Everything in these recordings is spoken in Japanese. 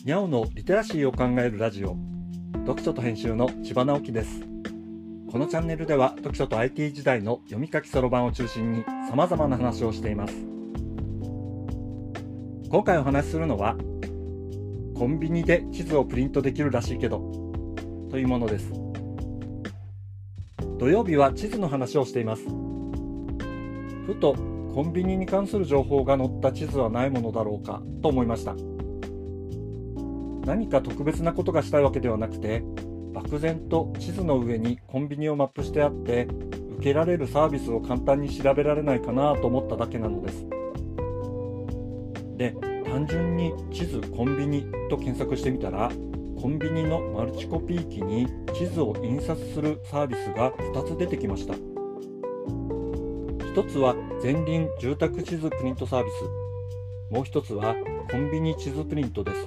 にゃおのリテラシーを考えるラジオ、読書と編集の千葉直樹です。このチャンネルでは読書と IT 時代の読み書きそろばんを中心に様々な話をしています。今回お話しするのは、コンビニで地図をプリントできるらしいけどというものです。土曜日は地図の話をしています。ふとコンビニに関する情報が載った地図はないものだろうかと思いました。何か特別なことがしたいわけではなくて、漠然と地図の上にコンビニをマップしてあって受けられるサービスを簡単に調べられないかなと思っただけなのです。で、単純に地図コンビニと検索してみたら、コンビニのマルチコピー機に地図を印刷するサービスが2つ出てきました。1つは前輪住宅地図プリントサービス、もう1つはコンビニ地図プリントです。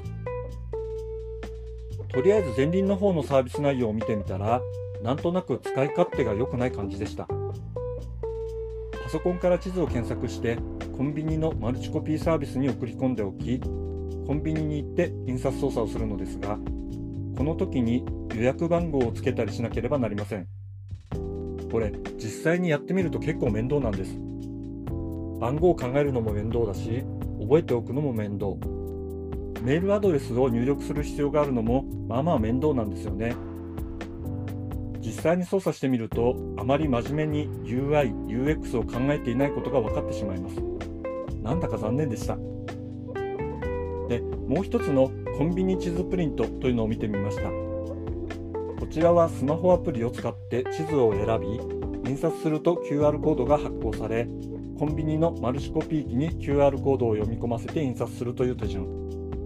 とりあえず前輪の方のサービス内容を見てみたら、なんとなく使い勝手が良くない感じでした。パソコンから地図を検索してコンビニのマルチコピーサービスに送り込んでおき、コンビニに行って印刷操作をするのですが、この時に予約番号をつけたりしなければなりません。これ実際にやってみると結構面倒なんです。番号を考えるのも面倒だし、覚えておくのも面倒。メールアドレスを入力する必要があるのもまあまあ面倒なんですよね。実際に操作してみると、あまり真面目に UI、UX を考えていないことが分かってしまいます。なんだか残念でした。で、もう一つのコンビニ地図プリントというのを見てみました。こちらはスマホアプリを使って地図を選び、印刷すると QR コードが発行され、コンビニのマルチコピー機に QR コードを読み込ませて印刷するという手順。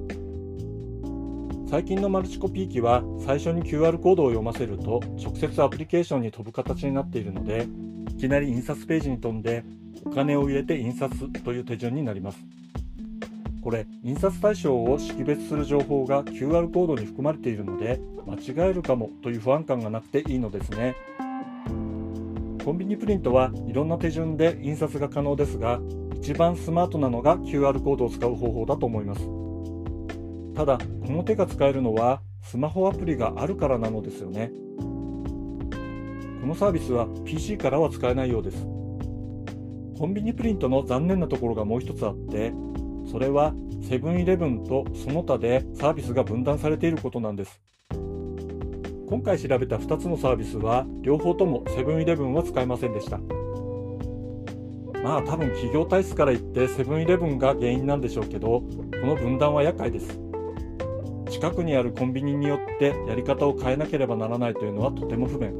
最近のマルチコピー機は最初に QR コードを読ませると直接アプリケーションに飛ぶ形になっているので、いきなり印刷ページに飛んでお金を入れて印刷という手順になります。これ、印刷対象を識別する情報が QR コードに含まれているので、間違えるかもという不安感がなくていいのですね。コンビニプリントはいろんな手順で印刷が可能ですが、一番スマートなのが QR コードを使う方法だと思います。ただ、この手が使えるのはスマホアプリがあるからなのですよね。このサービスは PC からは使えないようです。コンビニプリントの残念なところがもう一つあって、それはセブンイレブンとその他でサービスが分断されていることなんです。今回調べた2つのサービスは両方ともセブンイレブンは使えませんでした。まあ多分企業体質から言ってセブンイレブンが原因なんでしょうけど、この分断は厄介です。近くにあるコンビニによってやり方を変えなければならないというのはとても不便。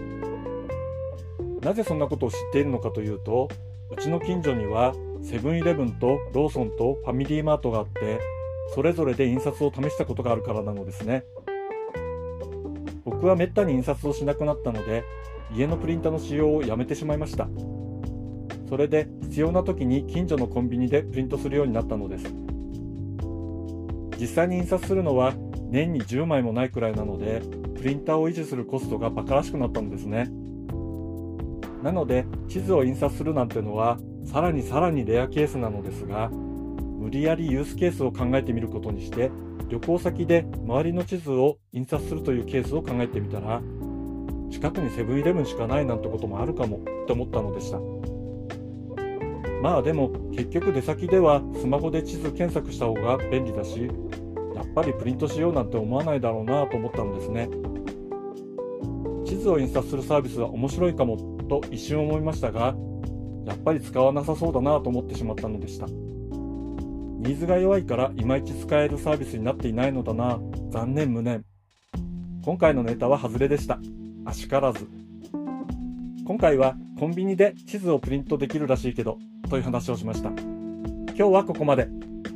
なぜそんなことを知っているのかというと、うちの近所にはセブンイレブンとローソンとファミリーマートがあって、それぞれで印刷を試したことがあるからなのですね。僕はめったに印刷をしなくなったので、家のプリンターの使用をやめてしまいました。それで必要な時に近所のコンビニでプリントするようになったのです。実際に印刷するのは年に10枚もないくらいなので、プリンターを維持するコストがバカらしくなったんですね。なので地図を印刷するなんてのはさらにレアケースなのですが、無理やりユースケースを考えてみることにして、旅行先で周りの地図を印刷するというケースを考えてみたら、近くにセブンイレブンしかないなんてこともあるかもって思ったのでした。まあでも結局出先ではスマホで地図検索した方が便利だし、やっぱりプリントしようなんて思わないだろうなと思ったのですね。地図を印刷するサービスは面白いかもと一瞬思いましたが、やっぱり使わなさそうだなと思ってしまったのでした。ニーズが弱いからいまいち使えるサービスになっていないのだな、残念無念。今回のネタは外れでした。あしからず。今回はコンビニで地図をプリントできるらしいけどという話をしました。今日はここまで。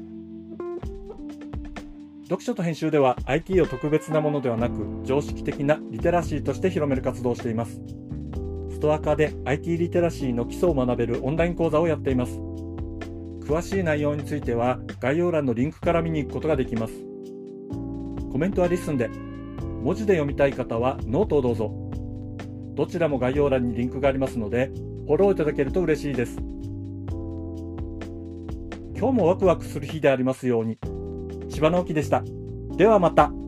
読書と編集では IT を特別なものではなく、常識的なリテラシーとして広める活動をしています。ストア化で IT リテラシーの基礎を学べるオンライン講座をやっています。詳しい内容については概要欄のリンクから見に行くことができます。コメントはリスンで、文字で読みたい方はノートをどうぞ。どちらも概要欄にリンクがありますので、フォローいただけると嬉しいです。今日もワクワクする日でありますように。千葉直樹でした。 ではまた。